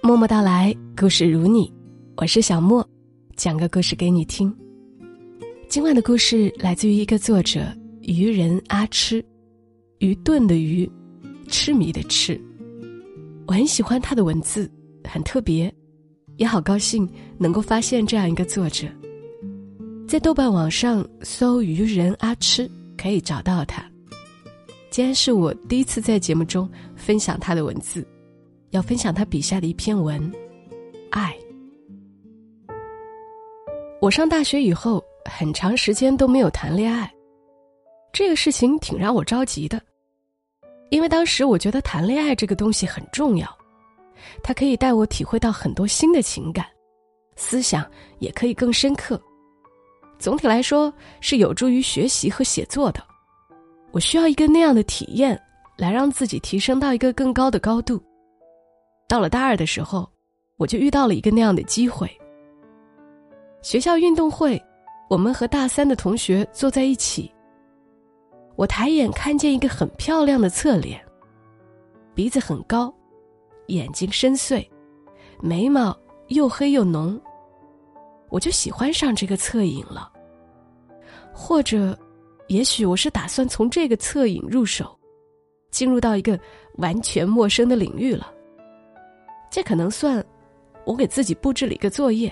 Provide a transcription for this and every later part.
默默到来，故事如你，我是小莫，讲个故事给你听。今晚的故事来自于一个作者愚人阿痴，愚钝的愚，痴迷的痴。我很喜欢他的文字，很特别，也好高兴能够发现这样一个作者。在豆瓣网上搜愚人阿痴可以找到他。今天是我第一次在节目中分享他的文字，要分享他笔下的一篇文，爱。我上大学以后很长时间都没有谈恋爱，这个事情挺让我着急的，因为当时我觉得谈恋爱这个东西很重要，它可以带我体会到很多新的情感，思想也可以更深刻，总体来说是有助于学习和写作的。我需要一个那样的体验，来让自己提升到一个更高的高度。到了大二的时候，我就遇到了一个那样的机会。学校运动会，我们和大三的同学坐在一起，我抬眼看见一个很漂亮的侧脸，鼻子很高，眼睛深邃，眉毛又黑又浓，我就喜欢上这个侧影了。或者也许我是打算从这个侧影入手，进入到一个完全陌生的领域了。这可能算我给自己布置了一个作业。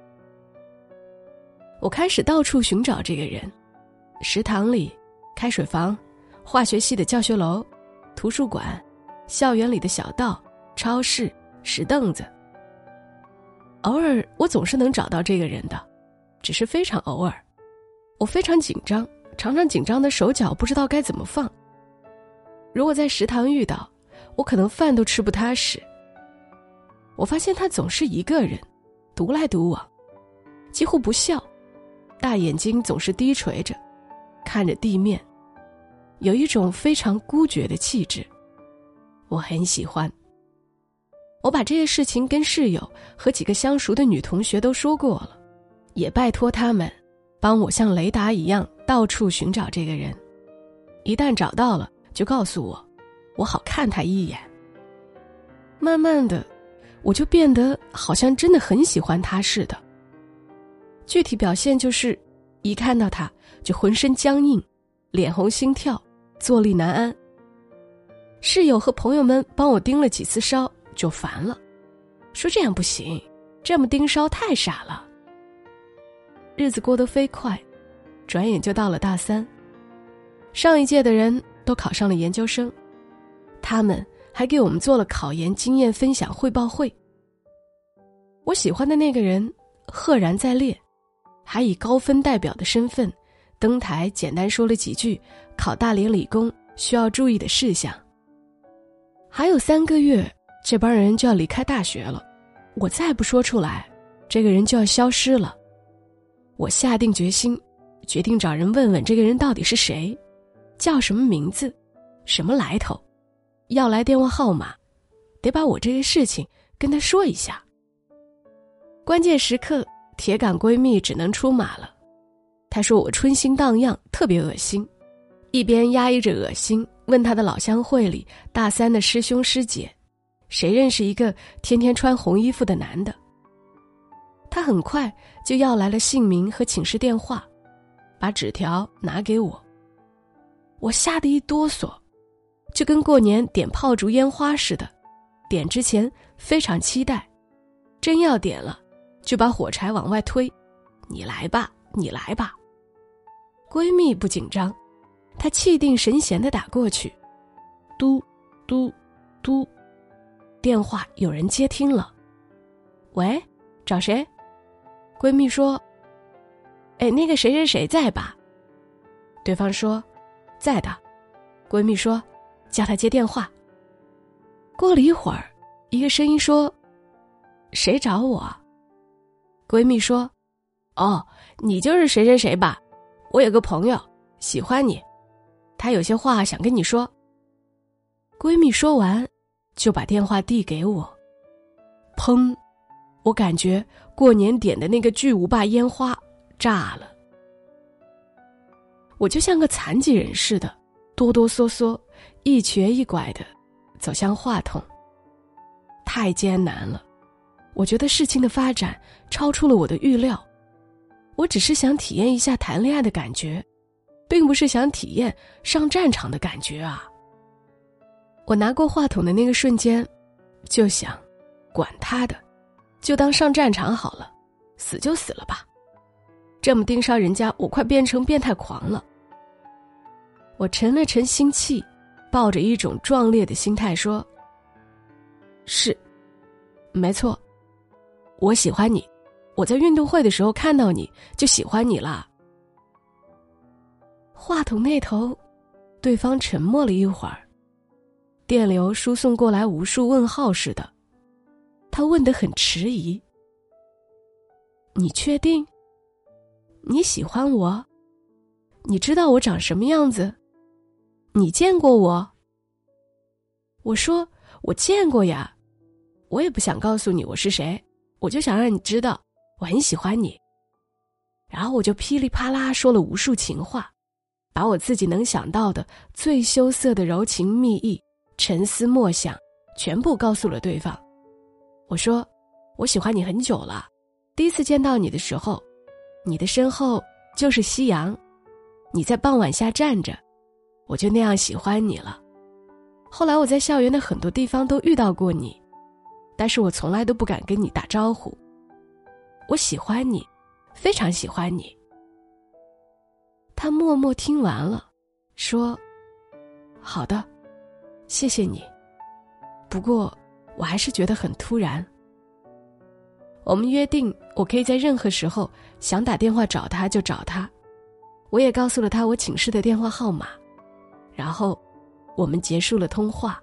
我开始到处寻找这个人，食堂里、开水房、化学系的教学楼、图书馆、校园里的小道、超市、石凳子。偶尔我总是能找到这个人的，只是非常偶尔。我非常紧张，常常紧张的手脚不知道该怎么放。如果在食堂遇到，我可能饭都吃不踏实。我发现他总是一个人，独来独往，几乎不笑，大眼睛总是低垂着，看着地面，有一种非常孤绝的气质。我很喜欢。我把这些事情跟室友和几个相熟的女同学都说过了，也拜托他们帮我像雷达一样到处寻找这个人，一旦找到了就告诉我，我好看他一眼。慢慢的，我就变得好像真的很喜欢他似的。具体表现就是一看到他就浑身僵硬，脸红心跳，坐立难安。室友和朋友们帮我盯了几次梢就烦了，说这样不行，这么盯梢太傻了。日子过得飞快，转眼就到了大三。上一届的人都考上了研究生，他们还给我们做了考研经验分享汇报会。我喜欢的那个人赫然在列，还以高分代表的身份登台简单说了几句考大连理工需要注意的事项。还有3个月，这帮人就要离开大学了，我再不说出来，这个人就要消失了。我下定决心，决定找人问问这个人到底是谁，叫什么名字，什么来头，要来电话号码，得把我这个事情跟他说一下。关键时刻，铁杆闺蜜只能出马了。她说我春心荡漾，特别恶心，一边压抑着恶心，问她的老乡会里大三的师兄师姐，谁认识一个天天穿红衣服的男的。她很快就要来了姓名和寝室电话，把纸条拿给我。我吓得一哆嗦，就跟过年点炮竹烟花似的，点之前非常期待，真要点了就把火柴往外推，你来吧，你来吧。闺蜜不紧张，她气定神闲地打过去，嘟嘟嘟，电话有人接听了。喂，找谁？闺蜜说，那个谁谁谁在吧？对方说，在的。闺蜜说，叫他接电话。过了一会儿，一个声音说，谁找我？闺蜜说，哦，你就是谁谁谁吧，我有个朋友喜欢你，他有些话想跟你说。闺蜜说完就把电话递给我，砰，我感觉过年点的那个巨无霸烟花炸了。我就像个残疾人似的，哆哆嗦嗦，一瘸一拐的走向话筒。太艰难了， 我觉得事情的发展超出了我的预料。我只是想体验一下谈恋爱的感觉，并不是想体验上战场的感觉啊。我拿过话筒的那个瞬间，就想，管他的，就当上战场好了，死就死了吧。这么盯上人家，我快变成变态狂了。我沉了沉心气，抱着一种壮烈的心态说，是，没错，我喜欢你，我在运动会的时候看到你就喜欢你了。话筒那头，对方沉默了一会儿，电流输送过来无数问号似的。他问得很迟疑，你确定？你喜欢我？你知道我长什么样子？你见过我？我说，我见过呀，我也不想告诉你我是谁，我就想让你知道我很喜欢你。然后我就噼里啪啦说了无数情话，把我自己能想到的最羞涩的柔情蜜意、沉思默想全部告诉了对方。我说，我喜欢你很久了，第一次见到你的时候，你的身后就是夕阳，你在傍晚下站着，我就那样喜欢你了。后来我在校园的很多地方都遇到过你，但是我从来都不敢跟你打招呼。我喜欢你，非常喜欢你。他默默听完了，说，好的，谢谢你。不过我还是觉得很突然。我们约定，我可以在任何时候想打电话找他就找他。我也告诉了他我寝室的电话号码，然后我们结束了通话。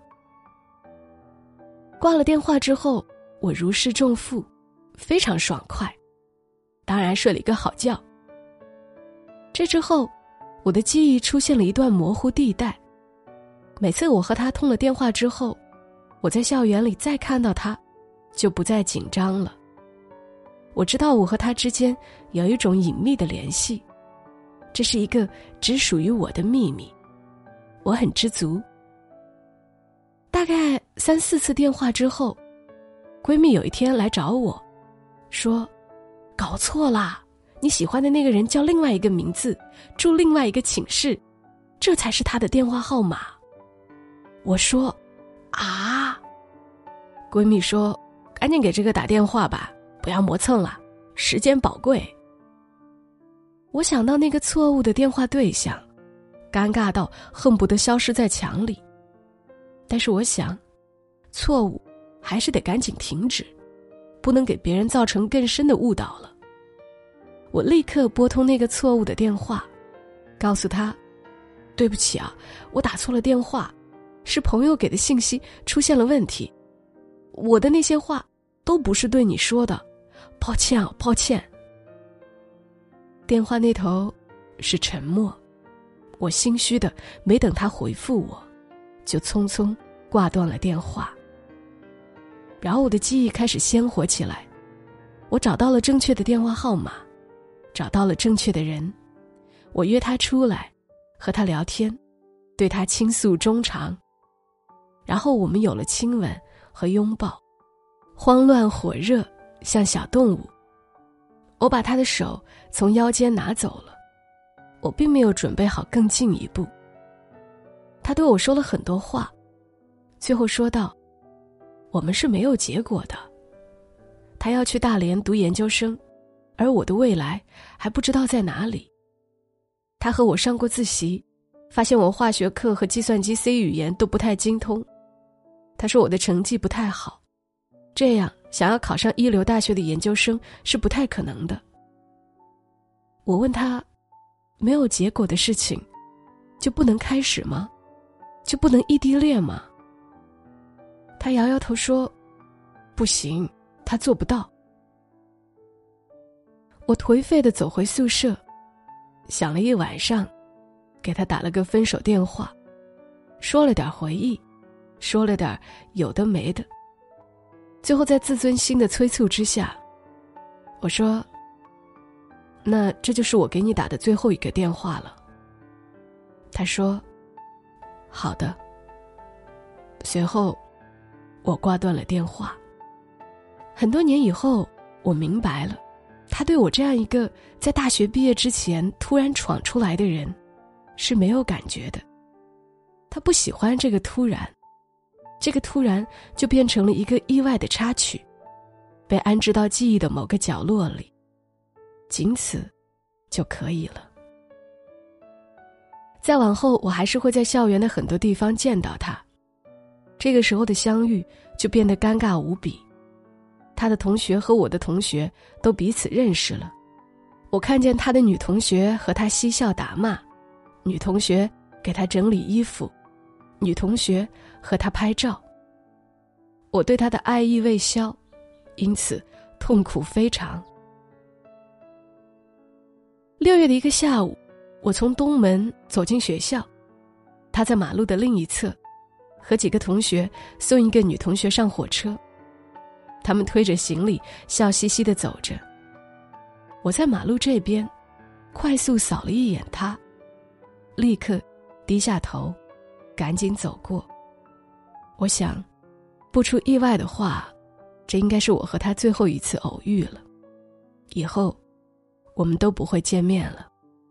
挂了电话之后，我如释重负，非常爽快，当然睡了一个好觉。这之后，我的记忆出现了一段模糊地带。每次我和他通了电话之后，我在校园里再看到他，就不再紧张了。我知道我和他之间有一种隐秘的联系，这是一个只属于我的秘密，我很知足。大概3、4次电话之后，闺蜜有一天来找我，说，搞错啦，你喜欢的那个人叫另外一个名字，住另外一个寝室，这才是他的电话号码。我说，啊？闺蜜说，赶紧给这个打电话吧，不要磨蹭了，时间宝贵。我想到那个错误的电话对象，尴尬到恨不得消失在墙里。但是我想，错误还是得赶紧停止，不能给别人造成更深的误导了。我立刻拨通那个错误的电话，告诉他，对不起啊，我打错了电话，是朋友给的信息出现了问题，我的那些话都不是对你说的，抱歉啊，抱歉。电话那头是沉默，我心虚的没等他回复我，就匆匆挂断了电话。然后我的记忆开始鲜活起来，我找到了正确的电话号码，找到了正确的人，我约他出来，和他聊天，对他倾诉衷肠，然后我们有了亲吻和拥抱，慌乱火热，像小动物。我把他的手从腰间拿走了，我并没有准备好更进一步。他对我说了很多话，最后说道，我们是没有结果的。他要去大连读研究生，而我的未来还不知道在哪里。他和我上过自习，发现我化学课和计算机 C 语言都不太精通。他说我的成绩不太好，这样想要考上一流大学的研究生是不太可能的。我问他，没有结果的事情就不能开始吗？就不能异地恋吗？他摇摇头说，不行，他做不到。我颓废地走回宿舍，想了一晚上，给他打了个分手电话，说了点回忆，说了点有的没的。最后在自尊心的催促之下，我说，那这就是我给你打的最后一个电话了。他说，好的。随后我挂断了电话。 很多年以后，我明白了，他对我这样一个在大学毕业之前突然闯出来的人是没有感觉的。他不喜欢这个突然，这个突然就变成了一个意外的插曲，被安置到记忆的某个角落里，仅此就可以了。再往后，我还是会在校园的很多地方见到他，这个时候的相遇就变得尴尬无比。他的同学和我的同学都彼此认识了，我看见他的女同学和他嬉笑打骂，女同学给他整理衣服，女同学和他拍照。我对他的爱意未消，因此痛苦非常。6月的一个下午，我从东门走进学校，他在马路的另一侧，和几个同学送一个女同学上火车。他们推着行李，笑嘻嘻地走着。我在马路这边，快速扫了一眼他，立刻低下头，赶紧走过。我想，不出意外的话，这应该是我和他最后一次偶遇了。以后，我们都不会见面了。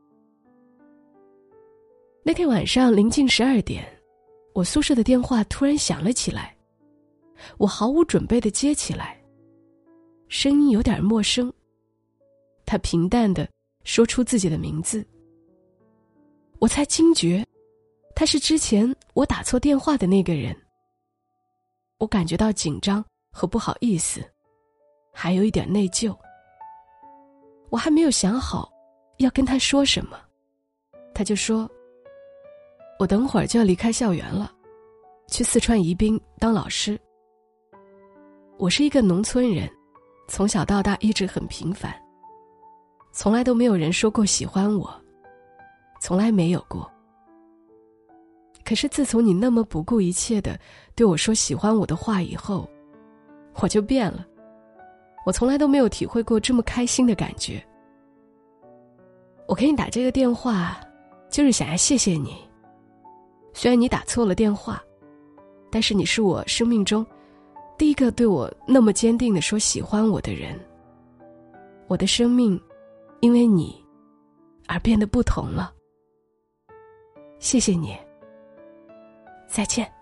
那天晚上临近12点，我宿舍的电话突然响了起来。我毫无准备地接起来，声音有点陌生。他平淡地说出自己的名字，我才惊觉，他是之前我打错电话的那个人。我感觉到紧张和不好意思，还有一点内疚。我还没有想好要跟他说什么，他就说，我等会儿就要离开校园了，去四川宜宾当老师。我是一个农村人，从小到大一直很平凡，从来都没有人说过喜欢我，从来没有过。可是自从你那么不顾一切地对我说喜欢我的话以后，我就变了。我从来都没有体会过这么开心的感觉。我给你打这个电话，就是想要谢谢你。虽然你打错了电话，但是你是我生命中第一个对我那么坚定地说喜欢我的人。我的生命因为你而变得不同了。谢谢你，再见。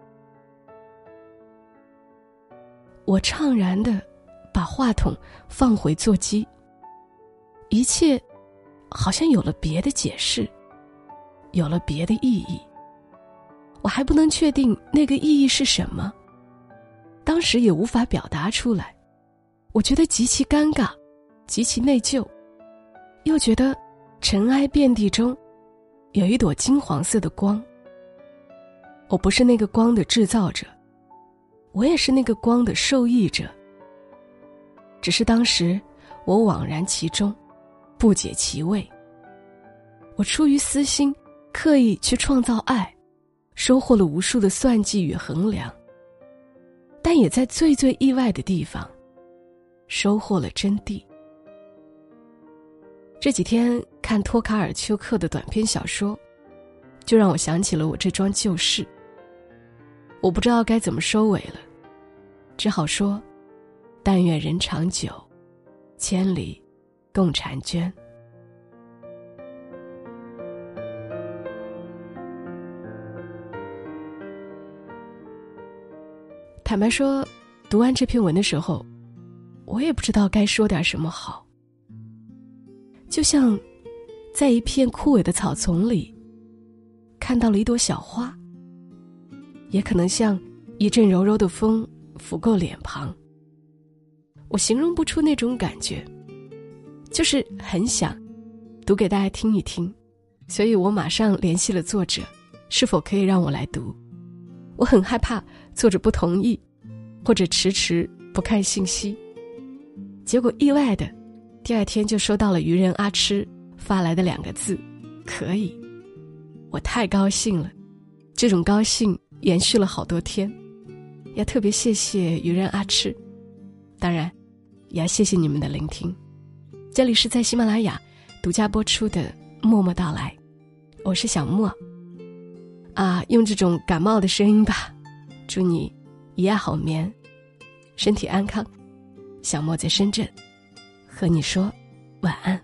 我怅然地把话筒放回座机，一切好像有了别的解释，有了别的意义。我还不能确定那个意义是什么，当时也无法表达出来。我觉得极其尴尬，极其内疚，又觉得尘埃遍地中有一朵金黄色的光。我不是那个光的制造者，我也是那个光的受益者，只是当时我惘然其中，不解其味。我出于私心刻意去创造爱，收获了无数的算计与衡量，但也在最最意外的地方收获了真谛。这几天看托卡尔丘克的短篇小说，就让我想起了我这桩旧事。我不知道该怎么收尾了，只好说，但愿人长久，千里共婵娟。坦白说，读完这篇文的时候，我也不知道该说点什么好。就像在一片枯萎的草丛里看到了一朵小花，也可能像一阵柔柔的风拂过脸庞。我形容不出那种感觉，就是很想读给大家听一听，所以我马上联系了作者，是否可以让我来读。我很害怕作者不同意，或者迟迟不看信息。结果意外的，第二天就收到了渔人阿痴发来的2个字，可以。我太高兴了，这种高兴延续了好多天。要特别谢谢渔人阿痴，当然也要谢谢你们的聆听。这里是在喜马拉雅独家播出的默默到来，我是小莫用这种感冒的声音吧，祝你一夜好眠，身体安康。 小莫在深圳，和你说晚安。